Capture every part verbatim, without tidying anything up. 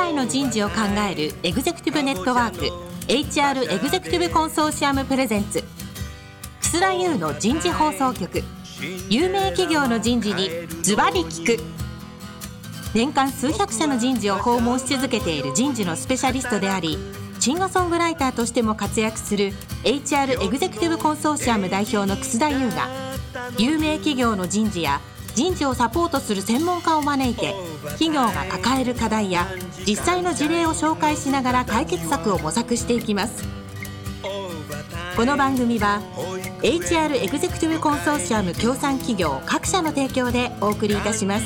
来の人事を考えるエグゼクティブネットワーク エイチアール エグゼクティブコンソーシアムプレゼンツ楠田優の人事放送局。有名企業の人事にズバリ聞く。年間数百社の人事を訪問し続けている人事のスペシャリストであり、シンガーソングライターとしても活躍する エイチアール エグゼクティブコンソーシアム代表の楠田優が、有名企業の人事や人事をサポートする専門家を招いて、企業が抱える課題や実際の事例を紹介しながら解決策を模索していきます。この番組は エイチアール エグゼクティブコンソーシアム協賛企業各社の提供でお送りいたします。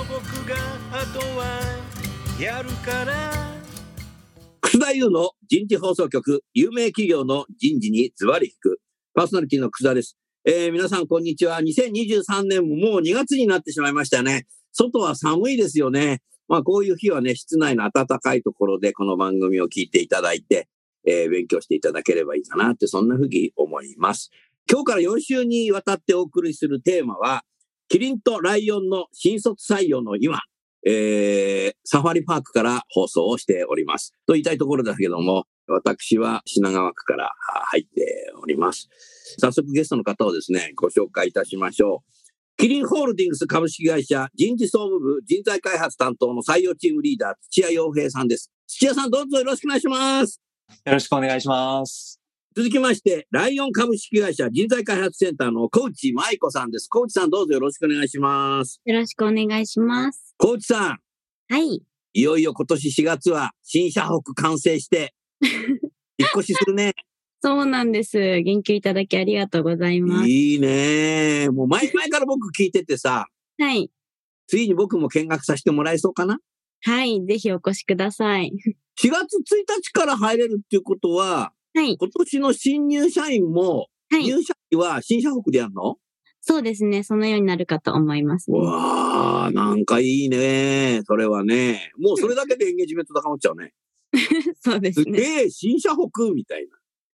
楠田優の人事放送局、有名企業の人事にズバリ聞く。パーソナリティの楠田です。えー、皆さんこんにちは。にせんにじゅうさんねんももうにがつになってしまいましたね。外は寒いですよね。まあこういう日はね、室内の暖かいところでこの番組を聞いていただいて、えー、勉強していただければいいかなって、そんなふうに思います。今日からよん週にわたってお送りするテーマは、キリンとライオンの新卒採用の今、えー、サファリパークから放送をしております。と言いたいところだけども、私は品川区から入っております。早速ゲストの方をですね、ご紹介いたしましょう。キリンホールディングス株式会社人事総務部人材開発担当の採用チームリーダー、土屋洋平さんです。土屋さん、どうぞよろしくお願いします。 よろしくお願いします。 続きまして、ライオン株式会社人材開発センターの小内舞子さんです。小内さん、どうぞよろしくお願いします。 よろしくお願いします。 小内さん。 はい。 いよいよ今年しがつは新社北完成して、引っ越しするね。 そうなんです。言及いただきありがとうございます。 いいね。もう前々から僕聞いててさ。 はい。 ついに僕も見学させてもらえそうかな。 はい。ぜひお越しください。 しがつついたちから入れるっていうことは、 はい。 今年の新入社員も、はい、入社期は新社北でやるの？ そうですね。そのようになるかと思いますね。 うわー、なんかいいね。それはね。もうそれだけでエンゲージメント高まっちゃうね。 そうですね。 すげえ、新社北みたいな。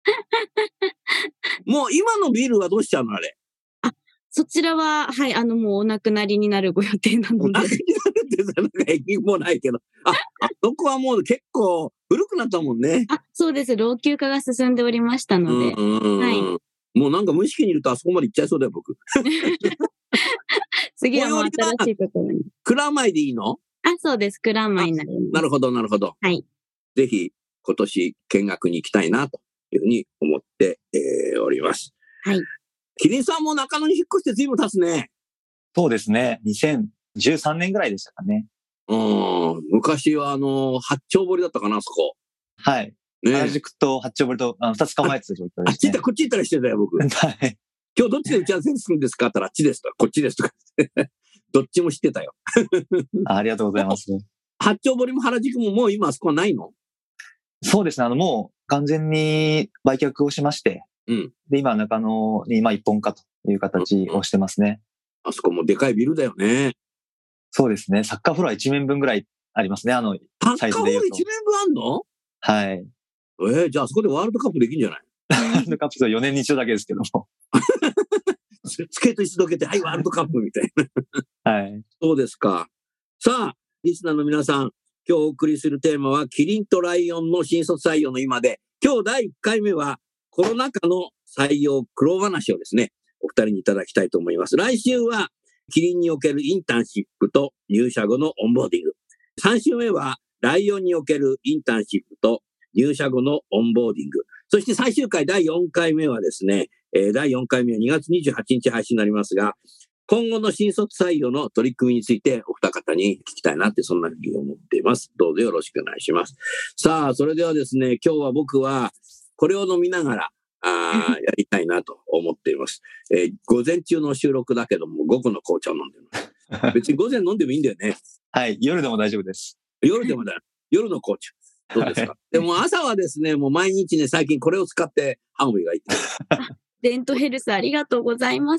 もう今のビルはどうしちゃうのあれ？ あ、そちらは、はい、あの、もうお亡くなりになるご予定なので。お亡くなりになるってさ、なんか縁起もないけど。あ、あそこはもう結構古くなったもんね。 あ、そうです。老朽化が進んでおりましたので。 うんうん、はい。もうなんか無意識にいるとあそこまで行っちゃいそうだよ、僕。 次はもう新しいところに。 蔵前でいいの？ あ、そうです。蔵前になります。 なるほど、なるほど。 はい。 ぜひ今年見学に行きたいなというふうに思って、えー、おります。 はい。 キリンさんも中野に引っ越して随分経つね。 そうですね。にせんじゅうさんねんぐらいでしたかね。 うん。昔はあの、八丁堀だったかな、そこ。 はい。ね、原宿と八丁堀とあの二つ構えてた状況ですね。 あっち行った、こっち行ったりしてたよ、僕。はい。今日どっちで打ち合わせするんですかって言ったら、あっちですとか、こっちですとか。どっちも知ってたよ。 あ。ありがとうございます。 八丁堀も原宿ももう今あそこはないの？ そうですね。あの、もう完全に売却をしまして、 うん。 で、今中野に今一本化という形をしてますね。 うん、あそこもでかいビルだよね。 そうですね。サッカーフロア一面分ぐらいありますね。あの、サイズで言うと。サッカーフロア一面分あんの？ はい。 えー、じゃああそこでワールドカップできんじゃない？ ワールドカップはよねんに一度だけですけども。 スケート椅子どけて、はい、ワールドカップみたいな。はい。 そうですか。さあ、リスナーの皆さん、今日お送りするテーマは、キリンとライオンの新卒採用の今で、今日だいいっかいめは、コロナ禍の採用苦労話をですね、お二人にいただきたいと思います。来週は、キリンにおけるインターンシップと入社後のオンボーディング。さん週目は、ライオンにおけるインターンシップと入社後のオンボーディング。そして最終回だいよんかいめはですね、えー、だいよんかいめはにがつにじゅうはちにち配信になりますが、今後の新卒採用の取り組みについてお二方に聞きたいなって、そんなふうに思っています。どうぞよろしくお願いします。さあ、それではですね、今日は僕はこれを飲みながらあやりたいなと思っています。えー、午前中の収録だけども、午後の紅茶を飲んでます。別に午前飲んでもいいんだよね。 はい、夜でも大丈夫です。 夜でもだ。夜の紅茶。どうですか？はい、でも朝はですね、もう毎日ね、最近これを使って歯を磨いてる。 デントヘルスありがとうございます。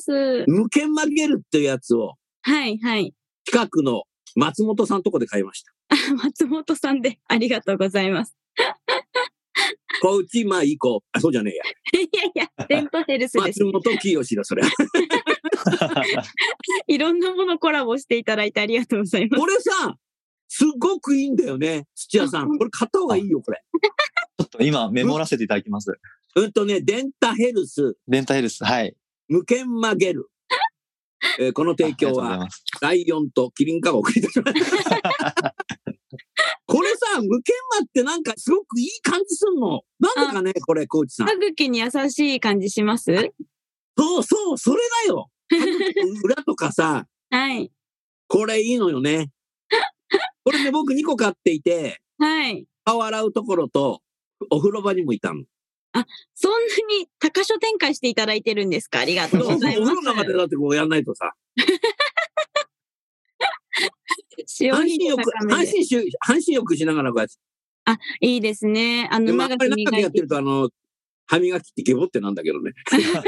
無限曲げるっていうやつを。 はいはい。 近くの松本さんとこで買いました。 松本さんでありがとうございます。 小内まあいい子。あ、そうじゃねえや。いやいや、デントヘルスです。 松本清だ、それ。 いろんなものコラボしていただいてありがとうございます。 これさ、 すごくいいんだよね。土屋さん。これ買った方がいいよ、これ。 ちょっと今メモらせていただきます。 うんとね、デンタヘルス。 デンタヘルス。はい。 無研マゲル。えー、この提供は、ライオンとキリンカが送り出しました。これさ、無研マってなんかすごくいい感じすんの。なんでかね、これ、コーチさん。 歯茎に優しい感じします？ そうそう、それだよ。歯茎裏とかさ。 はい。これいいのよね。これね、僕にこ買っていて、 はい。 顔洗うところと、お風呂場にもいたの。 あ、そんなに多箇所展開していただいてるんですか？ありがとうございます。お風呂の中でだってこうやんないとさ。半身浴、半身し、半身浴しながらこうやって。 あ、いいですね。あの、 長く長くやってると、あの、歯磨きってゲボってなんだけどね。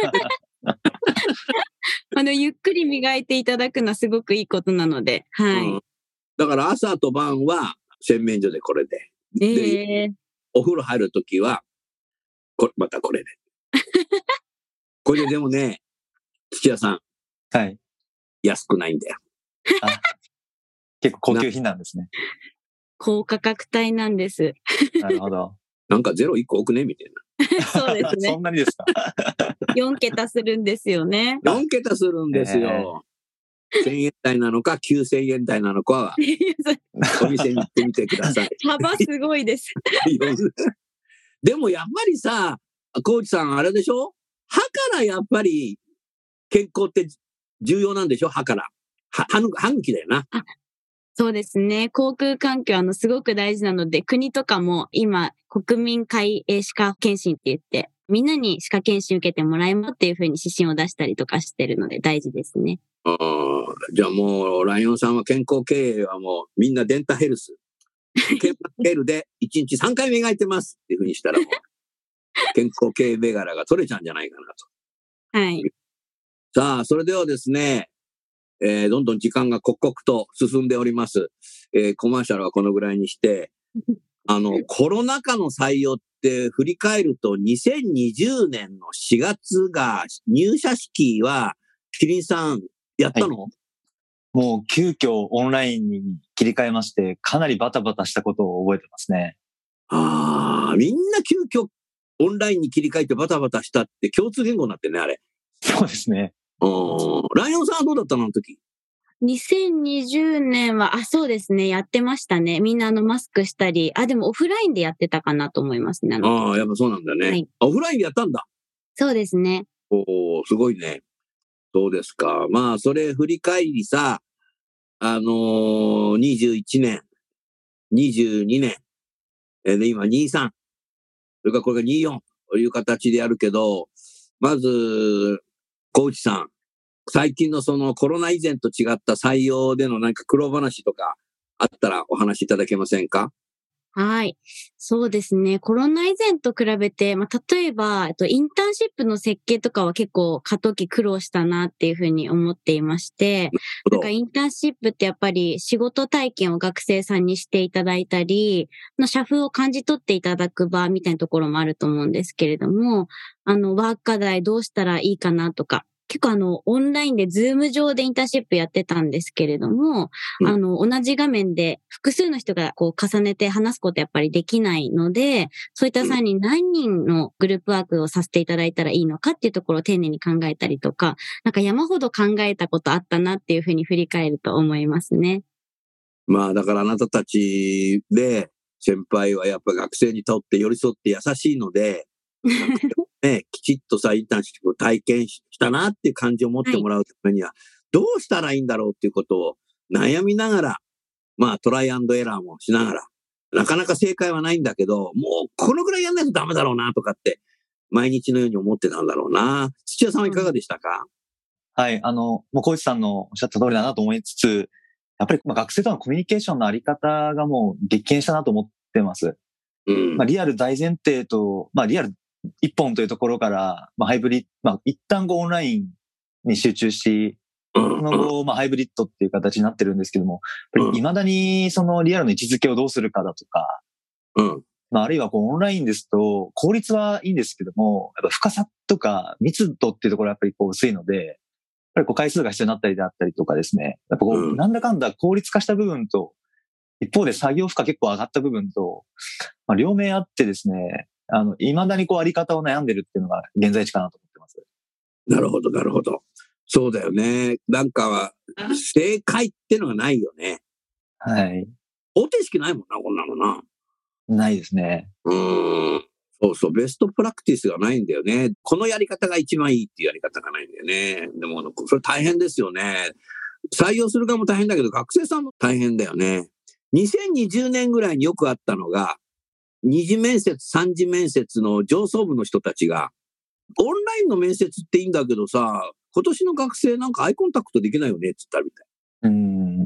あの、ゆっくり磨いていただくのはすごくいいことなので、はい。うん、 だから朝と晩は洗面所でこれで。 えー、 お風呂入るときは、これ、またこれで。これででもね、土屋さん。 はい。 安くないんだよ。 あ、結構高級品なんですね。 高価格帯なんです。 なるほど。 なんかゼロいっこ多くねみたいな。そうですね。 そんなにですか？ よんけたするんですよね。 よんけたするんですよ。えー、せんえん台なのかきゅうせんえん台なのかは、お店に行ってみてください。 幅すごいです。 でもやっぱりさ、コーチさんあれでしょ？歯からやっぱり健康って重要なんでしょ？歯から。歯、歯茎だよな。 あ、そうですね。口腔環境あのすごく大事なので、国とかも今国民皆歯科検診って言って、みんなに歯科検診受けてもらえますっていうふうに指針を出したりとかしてるので大事ですね。 ああ、じゃあもうライオンさんは健康経営はもうみんなデンタヘルス。健康ヘルでいちにちさんかい磨いてますっていうふうにしたらもう健康経営銘柄が取れちゃうんじゃないかなと。はい。 さあ、それではですね、えー、どんどん時間が刻々と進んでおります。えー、コマーシャルはこのぐらいにして、あの、コロナ禍の採用って振り返るとにせんにじゅうねんのしがつが入社式は、キリンさんやったの？ はい、もう急遽オンラインに切り替えまして、かなりバタバタしたことを覚えてますね。 ああ、みんな急遽オンラインに切り替えてバタバタしたって共通言語になってね、あれ。 そうですね。 ライオンさんはどうだったのあの時？ にせんにじゅうねんは、あ、そうですね、やってましたね。みんなあのマスクしたり、あ、でもオフラインでやってたかなと思いますね。 ああ、やっぱそうなんだね。はい、オフラインでやったんだ。 そうですね。 おー、すごいね。そうですか。まあ、それ振り返りさ、あのー、にじゅういちねん、にじゅうにねん、えー、で、今にじゅうさん、それからこれがにじゅうよんという形でやるけど、まず、小内さん、最近のそのコロナ以前と違った採用でのなんか苦労話とかあったらお話しいただけませんか？ はい。そうですね。コロナ以前と比べて、まあ、例えば、えっと、インターンシップの設計とかは結構過渡期苦労したなっていうふうに思っていまして、なんかインターンシップってやっぱり仕事体験を学生さんにしていただいたり、社風を感じ取っていただく場みたいなところもあると思うんですけれども、あの、ワーク課題どうしたらいいかなとか、結構あの、オンラインでズーム上でインターンシップやってたんですけれども、うん、あの、同じ画面で複数の人がこう重ねて話すことやっぱりできないので、そういった際に何人のグループワークをさせていただいたらいいのかっていうところを丁寧に考えたりとか、なんか山ほど考えたことあったなっていうふうに振り返ると思いますね。 まあだからあなたたちで先輩はやっぱ学生にとって寄り添って優しいので、ね、きちっとさ、インターンシップを体験したなっていう感じを持ってもらうためには、はい、どうしたらいいんだろうっていうことを悩みながら、まあトライアンドエラーもしながら、なかなか正解はないんだけど、もうこのぐらいやんないとダメだろうなとかって、毎日のように思ってたんだろうな。土屋さんはいかがでしたか？ うん、はい、あの、もう小内さんのおっしゃった通りだなと思いつつ、やっぱりまあ学生とのコミュニケーションのあり方がもう激変したなと思ってます。うん、まあ、リアル大前提と、まあリアル一本というところから、まあ、ハイブリッド、まあ、一旦こうオンラインに集中し、その後、まあ、ハイブリッドっていう形になってるんですけども、やっぱり未だにそのリアルの位置づけをどうするかだとか、うん、まあ、あるいはこうオンラインですと、効率はいいんですけども、やっぱ深さとか密度っていうところはやっぱりこう薄いので、やっぱりこう回数が必要になったりであったりとかですね、やっぱこう、なんだかんだ効率化した部分と、 一方で作業負荷結構上がった部分と、まあ、両面あってですね、あの、未だにこうあり方を悩んでるっていうのが現在地かなと思ってます。 なるほど、なるほど。そうだよね。なんかは、正解っていうのがないよね。 はい。 方程式ないもんな、こんなのな。 ないですね。 うーん。そうそう、ベストプラクティスがないんだよね。このやり方が一番いいっていうやり方がないんだよね。でも、それ大変ですよね。採用する側も大変だけど、学生さんも大変だよね。にせんにじゅうねんぐらいによくあったのが、二次面接、三次面接の上層部の人たちが、オンラインの面接っていいんだけどさ、今年の学生なんかアイコンタクトできないよねって言ったみたい。 うん。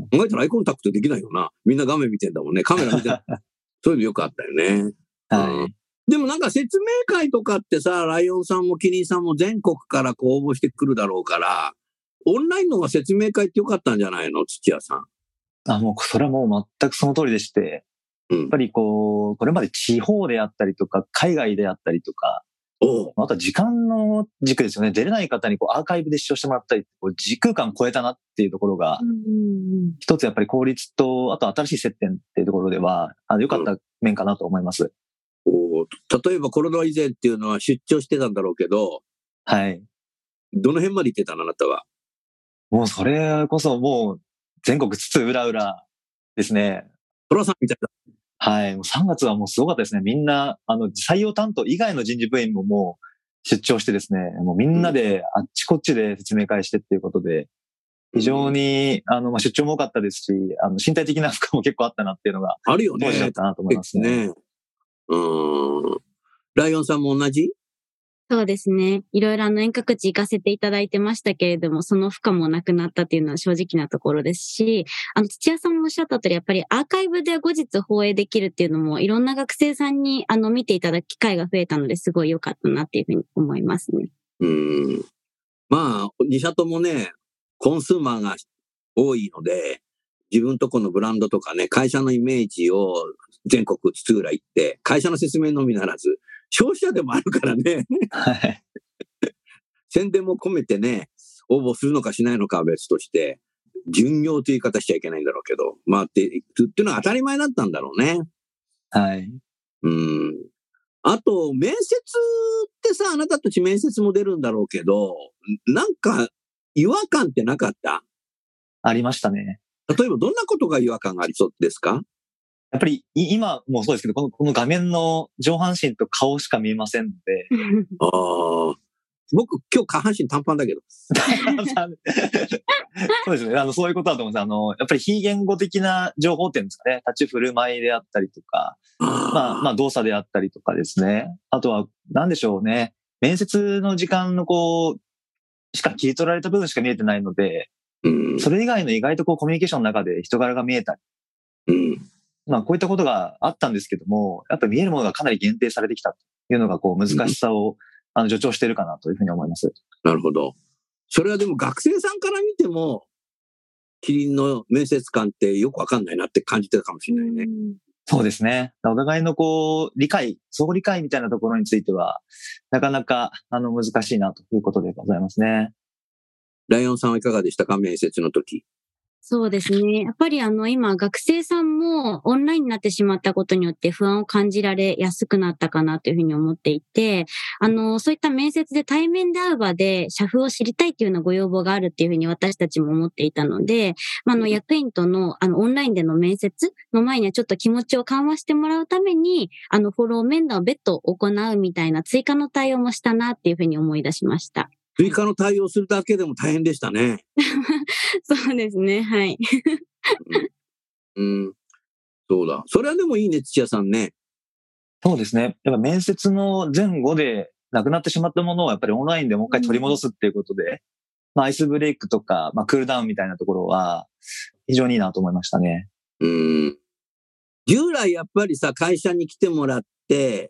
考えたらアイコンタクトできないよな。みんな画面見てんだもんね。カメラ見てそういうのよくあったよね。 はい。 うんでもなんか説明会とかってさ、ライオンさんもキリンさんも全国からこう応募してくるだろうから、オンラインの方が説明会ってよかったんじゃないの土屋さん。 あ、もうそれはもう全くその通りでして、うん、やっぱりこう、これまで地方であったりとか、海外であったりとか、おあとは時間の軸ですよね。出れない方にこうアーカイブで視聴してもらったり、こう時空間超えたなっていうところが、一つやっぱり効率と、あと新しい接点っていうところでは、あの良かった面かなと思います。 お例えばコロナ以前っていうのは出張してたんだろうけど、 はい。 どの辺まで行ってたのあなたは。 もうそれこそもう全国津々浦々ですね。 トラさんみたいな。 はい。もうさんがつはもうすごかったですね。みんな、あの、採用担当以外の人事部員ももう出張してですね、もうみんなであっちこっちで説明会してっていうことで、非常に、あの、まあ、出張も多かったですし、あの、身体的な負荷も結構あったなっていうのが、 あるよね。 当時だったなと思いますね。 ねうん。ライオンさんも同じ？ そうですね。いろいろあの遠隔地行かせていただいてましたけれども、その負荷もなくなったっていうのは正直なところですし、あの土屋さんもおっしゃった通り、やっぱりアーカイブで後日放映できるっていうのも、いろんな学生さんにあの見ていただく機会が増えたのですごい良かったなっていうふうに思いますね。 うん。まあ、に社ともね、コンスーマーが多いので、自分とこのブランドとかね、会社のイメージを全国津々浦行って、会社の説明のみならず、消費者でもあるからね。 はい。 宣伝も込めてね、応募するのかしないのかは別として、巡業という言い方しちゃいけないんだろうけど、回っていくっていうのは当たり前だったんだろうね。 はい。 うん。あと、面接ってさ、あなたたち面接も出るんだろうけど、なんか違和感ってなかった？ ありましたね。 例えばどんなことが違和感がありそうですか？ やっぱり今もそうですけど、このこの画面の上半身と顔しか見えませんので。 ああ。僕今日下半身短パンだけど。 そうですね。あの、そういうことだと思うんです。あの、やっぱり非言語的な情報っていうんですかね。立ち振る舞いであったりとか、まあ、まあ動作であったりとかですね。あとは、なんでしょうね。面接の時間のこう、しか切り取られた部分しか見えてないので、うん、それ以外の意外とこうコミュニケーションの中で人柄が見えたり、うん、まあこういったことがあったんですけども、やっぱり見えるものがかなり限定されてきたというのがこう難しさを、うん、あの助長しているかなというふうに思います。 なるほど。それはでも学生さんから見ても、キリンの面接官ってよくわかんないなって感じてたかもしれないね。 そうですね。お互いのこう、理解、相互理解みたいなところについては、なかなかあの難しいなということでございますね。 ライオンさんはいかがでしたか、面接の時。 そうですね。やっぱりあの今学生さんもオンラインになってしまったことによって不安を感じられやすくなったかなというふうに思っていて、あのそういった面接で対面で会う場で社風を知りたいっていうようなご要望があるっていうふうに私たちも思っていたので、まあ、あの役員とのあのオンラインでの面接の前にはちょっと気持ちを緩和してもらうために、あのフォロー面談を別途行うみたいな追加の対応もしたなっていうふうに思い出しました。 追加の対応するだけでも大変でしたね。 そうですね、はい、 うん。うん。そうだ。それはでもいいね、土屋さんね。 そうですね。やっぱ面接の前後でなくなってしまったものをやっぱりオンラインでもう一回取り戻すっていうことで、うん、まあアイスブレイクとか、まあクールダウンみたいなところは非常にいいなと思いましたね。 うん。従来やっぱりさ、会社に来てもらって、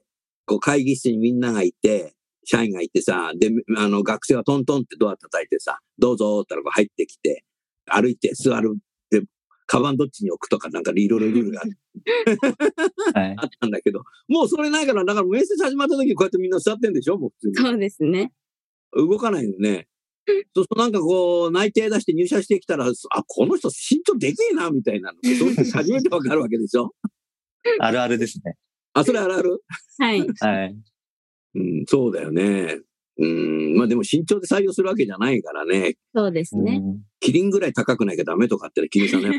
こう会議室にみんながいて、社員がいてさ、で、あの、学生がトントンってドア叩いてさ、どうぞーって入ってきて、歩いて座る。で、カバンどっちに置くとかなんかいろいろルールが あ, はい、あったんだけど、もうそれないから、だから面接始まった時にこうやってみんな座ってんでしょもう普通に。 そうですね。 動かないよね。 そうするとなんかこう、内定出して入社してきたら、あ、この人身長でけえな、みたいなの。そういう時初めてわかるわけでしょ。 あるあるですね。 あ、それあるあるはい。 はい。 うん、そうだよね。うん、まあでも身長で採用するわけじゃないからね。 そうですね。 キリンぐらい高くなきゃダメとかって気にさない。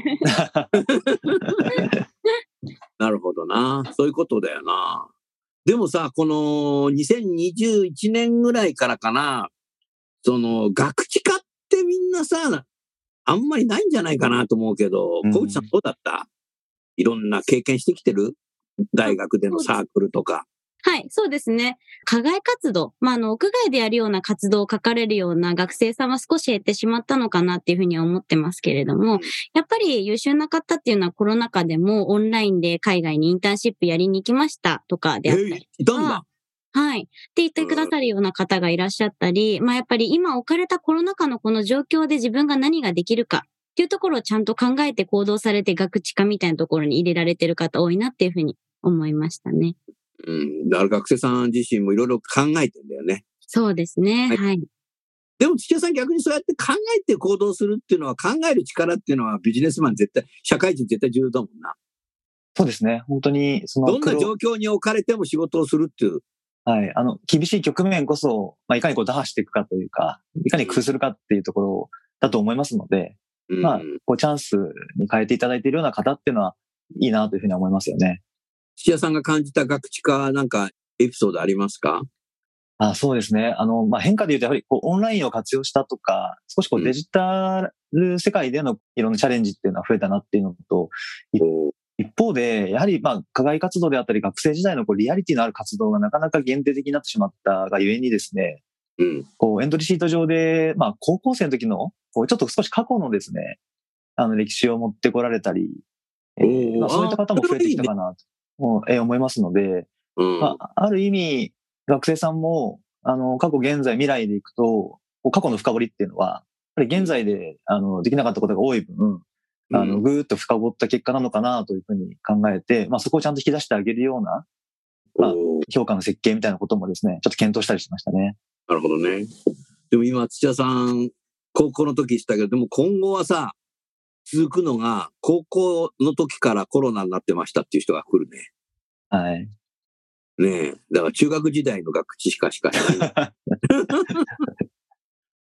なるほどな。そういうことだよな。でもさ、このにせんにじゅういちねんぐらいからかな、その、学知化ってみんなさ、あんまりないんじゃないかなと思うけど、小内さんどうだった？いろんな経験してきてる？大学でのサークルとか。 はい、そうですね。課外活動、まあ、あの、屋外でやるような活動を書かれるような学生さんは少し減ってしまったのかなっていうふうには思ってますけれども、やっぱり優秀な方っていうのはコロナ禍でもオンラインで海外にインターンシップやりに行きましたとかであったりとか。 えー、いたんだ。 はい。って言ってくださるような方がいらっしゃったり、まあやっぱり今置かれたコロナ禍のこの状況で自分が何ができるかっていうところをちゃんと考えて行動されて学知化みたいなところに入れられてる方多いなっていうふうに思いましたね。 うん。だから学生さん自身もいろいろ考えてんだよね。 そうですね。はい。はい、 でも土屋さん逆にそうやって考えて行動するっていうのは、考える力っていうのはビジネスマン絶対、社会人絶対重要だもんな。 そうですね。本当にそのどんな状況に置かれても仕事をするっていう。 はい。あの、厳しい局面こそ、まあ、いかにこう打破していくかというか、いかに工夫するかっていうところだと思いますので、うん、まあ、こうチャンスに変えていただいているような方っていうのは、いいなというふうに思いますよね。 土屋さんが感じた学知化なんかエピソードありますか？ あ、そうですね。あの、まあ、変化で言うとやはりこうオンラインを活用したとか、少しこうデジタル世界でのいろんなチャレンジっていうのは増えたなっていうのと、うん一方で、やはり、まあ、課外活動であったり、学生時代のこうリアリティのある活動がなかなか限定的になってしまったがゆえにですね、うん、こうエントリーシート上で、まあ、高校生の時の、こうちょっと少し過去のですね、あの、歴史を持ってこられたり、えーまあ、そういった方も増えてきたかなと、えー、思いますので、うんまあ、ある意味、学生さんも、あの、過去、現在、未来でいくと、過去の深掘りっていうのは、やっぱり現在で、あの、できなかったことが多い分、あの、ぐーっと深掘った結果なのかなというふうに考えて、まあそこをちゃんと引き出してあげるような、まあ評価の設計みたいなこともですね、ちょっと検討したりしましたね。 なるほどね。でも今、土屋さん、高校の時したけど、でも今後はさ、続くのが、高校の時からコロナになってましたっていう人が来るね。 はい。 ねえ。だから中学時代の学知しかしかない。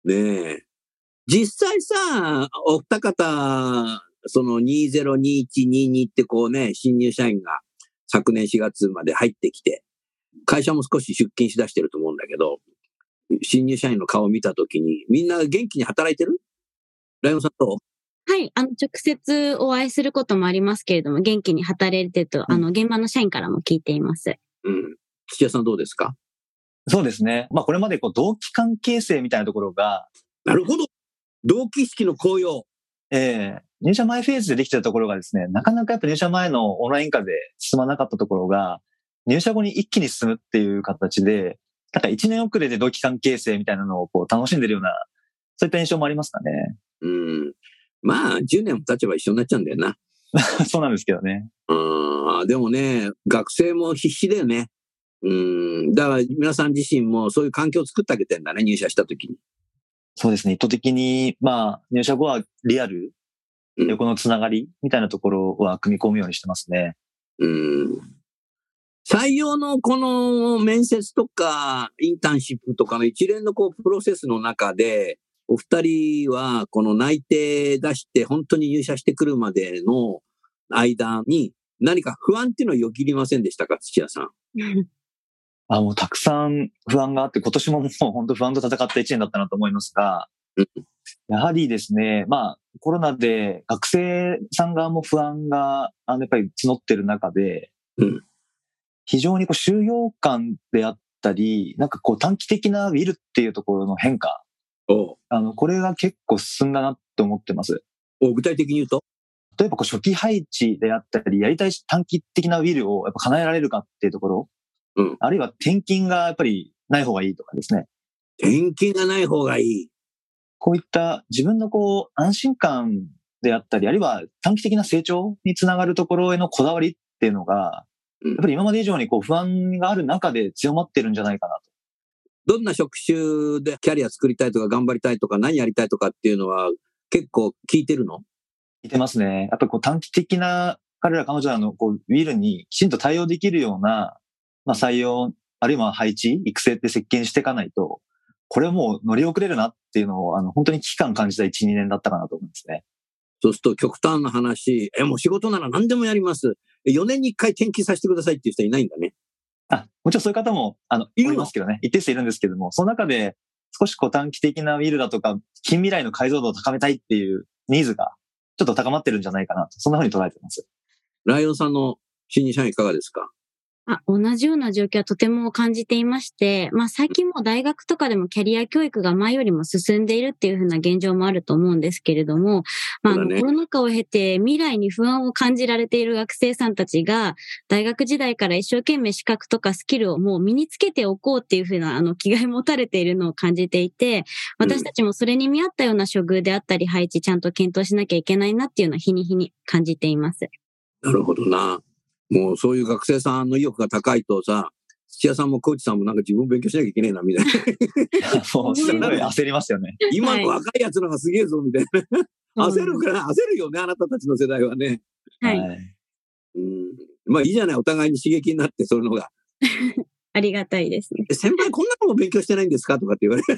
ねえ。実際さ、お二方、そのにせんにじゅういち、にじゅうにってこうね、新入社員が昨年しがつまで入ってきて、会社も少し出勤しだしてると思うんだけど、新入社員の顔を見たときに、みんな元気に働いてる？ライオンさんどう？ はい、あの、直接お会いすることもありますけれども、元気に働いてると、うん、あの、現場の社員からも聞いています。 うん。土屋さんどうですか？ そうですね。まあ、これまでこう、同期関係性みたいなところが。 なるほど。同期式の効用。 ええー、入社前フェーズでできてたところがですね、なかなかやっぱ入社前のオンライン化で進まなかったところが、入社後に一気に進むっていう形で、なんか一年遅れで同期関係性みたいなのをこう楽しんでるような、そういった印象もありますかね。 うん。まあ、じゅうねんも経ちば一緒になっちゃうんだよな。 そうなんですけどね。 うん。でもね、学生も必死だよね。うん。だから皆さん自身もそういう環境を作ってあげてんだね、入社した時に。 そうですね。意図的に、まあ、入社後はリアル、横のつながりみたいなところは組み込むようにしてますね。 うん。採用のこの面接とか、インターンシップとかの一連のこうプロセスの中で、お二人はこの内定出して本当に入社してくるまでの間に何か不安っていうのはよぎりませんでしたか、土屋さん。 あ、もうたくさん不安があって、今年ももう本当不安と戦った一年だったなと思いますが、うん、やはりですね、まあコロナで学生さん側も不安があのやっぱり募ってる中で、うん、非常にこう収容感であったり、なんかこう短期的なウィルっていうところの変化、あのこれが結構進んだなと思ってます。 お具体的に言うと、 例えばこう初期配置であったり、やりたい短期的なウィルをやっぱ叶えられるかっていうところ。うん、あるいは転勤がやっぱりない方がいいとかですね。 転勤がない方がいい。 こういった自分のこう安心感であったり、あるいは短期的な成長につながるところへのこだわりっていうのが、やっぱり今まで以上にこう不安がある中で強まってるんじゃないかなと。 どんな職種でキャリア作りたいとか頑張りたいとか何やりたいとかっていうのは結構聞いてるの？ 聞いてますね。やっぱりこう短期的な彼ら彼女らのこうウィルにきちんと対応できるような、まあ、採用、あるいは配置、育成って設計にしていかないと、これはもう乗り遅れるなっていうのを、あの、本当に危機感感じたいち、にねんだったかなと思うんですね。 そうすると極端な話、え、もう仕事なら何でもやります。よねんにいっかい転勤させてくださいっていう人いないんだね。 あ、もちろんそういう方も、あの、いますけどね。一定数いるんですけども、その中で少しこう短期的なウィルだとか、近未来の解像度を高めたいっていうニーズがちょっと高まってるんじゃないかなと、そんな風に捉えてます。 ライオンさんの新入社員いかがですか？ あ、同じような状況はとても感じていまして、まあ最近も大学とかでもキャリア教育が前よりも進んでいるっていう風な現状もあると思うんですけれども、まあ、あのコロナ禍を経て未来に不安を感じられている学生さんたちが大学時代から一生懸命資格とかスキルをもう身につけておこうっていう風なあの気概持たれているのを感じていて、私たちもそれに見合ったような処遇であったり配置ちゃんと検討しなきゃいけないなっていうのを日に日に感じています。 なるほどな。もうそういう学生さんの意欲が高いとさ、土屋さんもコーチさんもなんか自分勉強しなきゃいけないなみたいな。 もうすごい焦りますよね。 今の若いやつのがすげえぞみたいな。焦るから、焦るよね、あなたたちの世代はね。 はい。 うん、まあいいじゃない、お互いに刺激になってそういうのが。 ありがたいですね。 先輩こんなのも勉強してないんですかとかって言われる。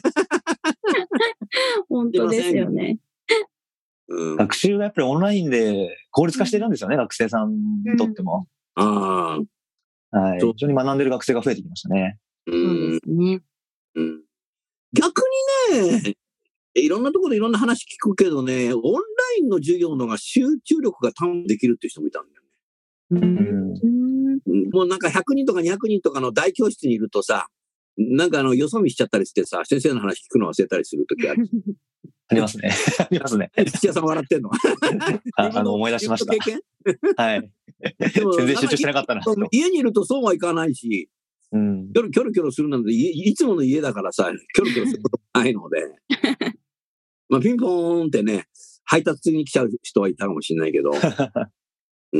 本当ですよね。 うん、 学習がやっぱりオンラインで効率化してるんですよね、うん、学生さんにとっても。 うん、ああ。はい。非常に学んでる学生が増えてきましたね。 うん。そうですね。 うん。逆にね、いろんなところでいろんな話聞くけどね、オンラインの授業のが集中力が担保できるっていう人もいたんだよね。うん、もうなんかひゃくにんとかにひゃくにんとかの大教室にいるとさ、なんかあの、よそ見しちゃったりしてさ、先生の話聞くの忘れたりするときある。 ありますね。ありますね。 土屋さん笑ってんのああの、思い出しました。 経験はい。全然集中してなかったな。 家にいるとそうはいかないし、うん、キョロキョロキョロするなんてい、いつもの家だからさ、キョロキョロすることないので、まあ、ピンポーンってね、配達に来ちゃう人はいたかもしれないけど、うん、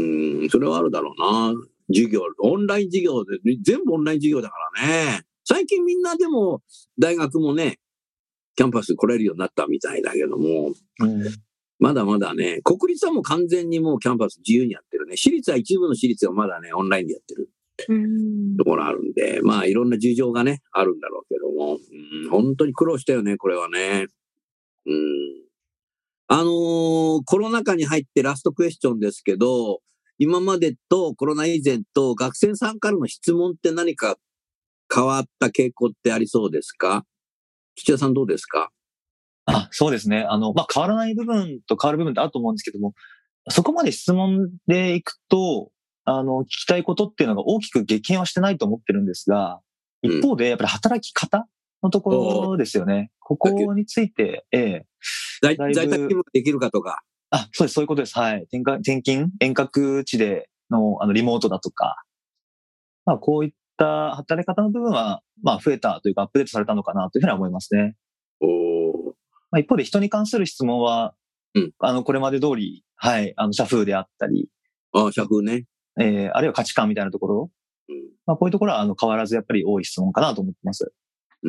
それはあるだろうな。授業、オンライン授業で、全部オンライン授業だからね。最近みんなでも、大学もね、キャンパス来れるようになったみたいだけども、うん、まだまだね、国立はもう完全にもうキャンパス自由にやってるね。私立は一部の私立はまだね、オンラインでやってるところあるんで、まあいろんな事情がね、あるんだろうけども、うん、本当に苦労したよね、これはね。うん、あのー、コロナ禍に入ってラストクエスチョンですけど、今までとコロナ以前と学生さんからの質問って何か変わった傾向ってありそうですか？土屋さんどうですか？ あ、そうですね。あの、まあ、変わらない部分と変わる部分ってあると思うんですけども、そこまで質問でいくと、あの、聞きたいことっていうのが大きく激変はしてないと思ってるんですが、一方でやっぱり働き方のところですよね。うん、ここについて、ええ。 在宅勤務できるかとか。 あ、そうです、そういうことです。はい。転換、転勤、遠隔地での、あの、リモートだとか、まあ、こういった働き方の部分は、まあ、増えたというか、アップデートされたのかなというふうには思いますね。 おまあ、一方で人に関する質問は、 うん、 あの、これまで通り、はい、あの、社風であったり、 ああ、社風ね。 えー、あるいは価値観みたいなところ、うん、まあ、こういうところは、あの、変わらずやっぱり多い質問かなと思ってます。 うん。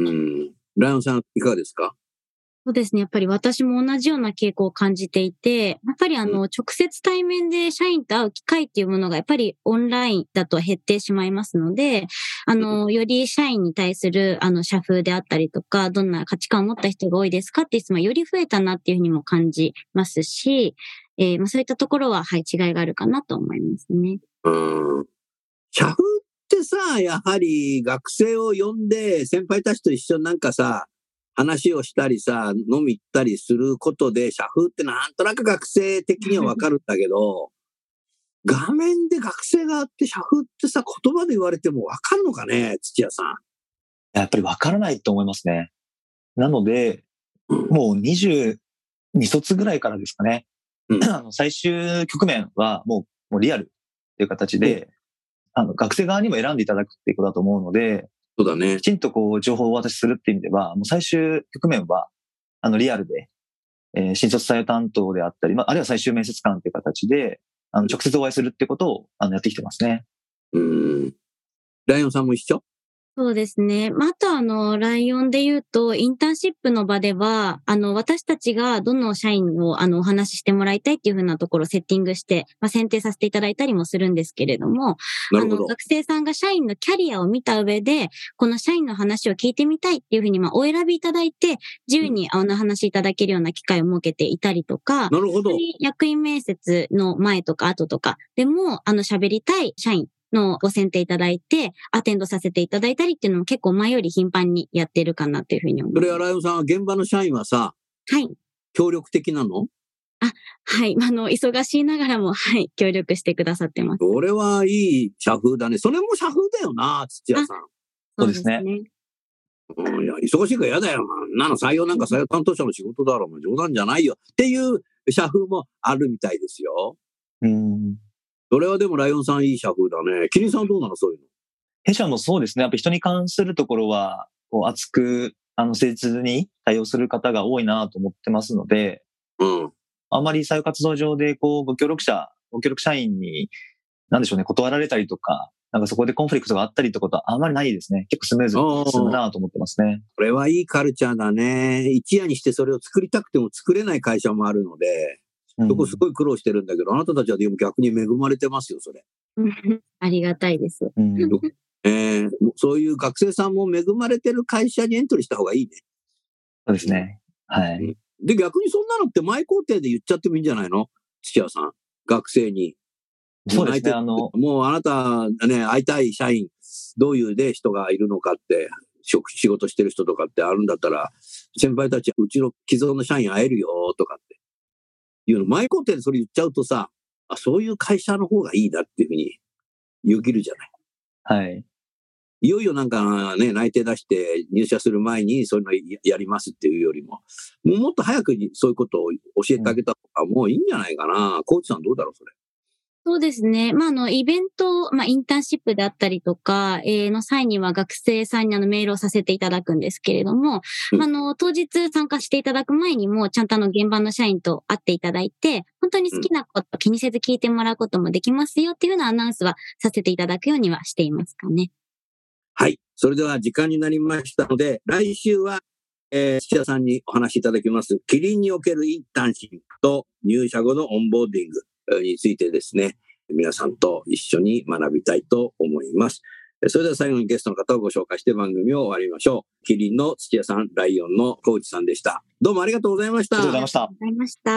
ライオンさん、いかがですか？ そうですね。やっぱり私も同じような傾向を感じていて、やっぱりあの、直接対面で社員と会う機会っていうものがやっぱりオンラインだと減ってしまいますので、あの、より社員に対するあの、社風であったりとか、どんな価値観を持った人が多いですかっていう質問はより増えたなっていうふうにも感じますし、えー、まあそういったところは、はい、違いがあるかなと思いますね。 うん。社風ってさ、やはり学生を呼んで先輩たちと一緒になんかさ、話をしたりさ、飲み行ったりすることで、社風ってなんとなく学生的にはわかるんだけど、画面で学生があって社風ってさ、言葉で言われてもわかるのかね、土屋さん。 やっぱりわからないと思いますね。なので、うん、もうにじゅうに卒ぐらいからですかね。うん、あの最終局面はもう、もうリアルっていう形で、うん、あの学生側にも選んでいただくっていうことだと思うので、 そうだね。 きちんとこう情報をお渡しするっていう意味では、もう最終局面は、あのリアルで、えー、新卒採用担当であったり、まあ、あるいは最終面接官っていう形で、あの直接お会いするってことをあのやってきてますね。 うん。ライオンさんも一緒？ そうですね。まあ、あとあの、ライオンで言うと、インターンシップの場では、あの、私たちがどの社員をあの、お話ししてもらいたいっていう風なところをセッティングして、まあ、選定させていただいたりもするんですけれども、あの、学生さんが社員のキャリアを見た上で、この社員の話を聞いてみたいっていう風に、まあ、お選びいただいて、自由にお話しいただけるような機会を設けていたりとか、 なるほど。 役員面接の前とか後とかでも、あの、喋りたい社員のご選定いただいて、アテンドさせていただいたりっていうのも結構前より頻繁にやってるかなっていうふうに思います。 それはライオンさんは現場の社員はさ、 はい。 協力的なの？ あ、はい。あの、忙しいながらも、はい、協力してくださってます。 それはいい社風だね。それも社風だよな、土屋さん。 そうですね。 うん、いや、忙しいから嫌だよ。なの採用なんか採用担当者の仕事だろう。冗談じゃないよ。っていう社風もあるみたいですよ。 うん。 それはでもライオンさんいい社風だね。キリンさんどうなのそういうの？ 弊社もそうですね。やっぱ人に関するところは、こう熱く、あの、誠実に対応する方が多いなと思ってますので、 うん。 あまり採用活動上で、こう、ご協力者、ご協力社員に、なんでしょうね、断られたりとか、なんかそこでコンフリクトがあったりってことはあまりないですね。結構スムーズに進むなと思ってますね。 これはいいカルチャーだね。一夜にしてそれを作りたくても作れない会社もあるので、そこすごい苦労してるんだけど、うん、あなたたちはでも逆に恵まれてますよ、それ。 ありがたいです。 うんえー、そういう学生さんも恵まれてる会社にエントリーした方がいいね。 そうですね。はい。 で、逆にそんなのって前工程で言っちゃってもいいんじゃないの？土屋さん。学生に。 そうですね。あの、 もうあなたね、会いたい社員、どういうで人がいるのかって、仕事してる人とかってあるんだったら、先輩たち、うちの既存の社員会えるよとかっていうの、前工程でそれ言っちゃうとさ、あ、そういう会社の方がいいなっていうふうによぎるじゃない。 はい。 いよいよなんかね、内定出して入社する前にそういうのやりますっていうよりも、もうもっと早くにそういうことを教えてあげた方がもういいんじゃないかな。コーチさんどうだろう、それ。 そうですね。まあ、あの、イベント、まあ、インターンシップであったりとか、えー、の際には学生さんにあのメールをさせていただくんですけれども、うん、あの、当日参加していただく前にも、ちゃんとあの、現場の社員と会っていただいて、本当に好きなこと気にせず聞いてもらうこともできますよっていうようなアナウンスはさせていただくようにはしていますかね。 はい。それでは時間になりましたので、来週は、えー、土屋さんにお話しいただきます、キリンにおけるインターンシップと入社後のオンボーディングについてですね、皆さんと一緒に学びたいと思います。それでは最後にゲストの方をご紹介して番組を終わりましょう。キリンの土屋さん、ライオンの小内さんでした。どうもありがとうございました。 ありがとうございました。 ありがとうございました。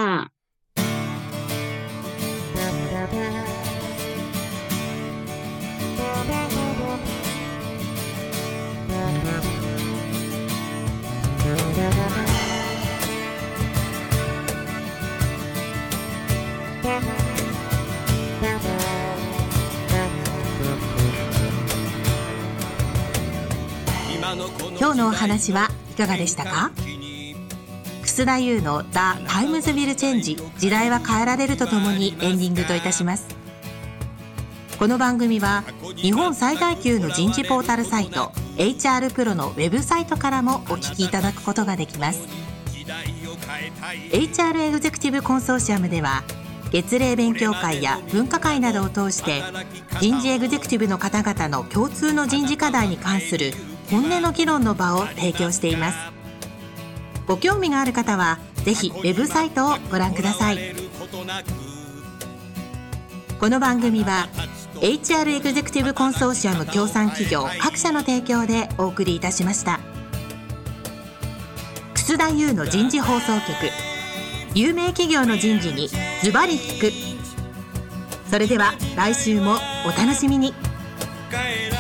今日のお話はいかがでしたか？楠田優の The Times Will Change 時代は変えられるとともにエンディングといたします。この番組は日本最大級の人事ポータルサイト エイチアール プロのウェブサイトからもお聞きいただくことができます。 エイチアール エグゼクティブコンソーシアムでは月例勉強会や分科会などを通して人事エグゼクティブの方々の共通の人事課題に関する本音の議論の場を提供しています。ご興味がある方はぜひウェブサイトをご覧ください。この番組は エイチアール エグゼクティブコンソーシアム協賛企業各社の提供でお送りいたしました。楠田優の人事放送局、有名企業の人事にズバリ聞く。それでは来週もお楽しみに。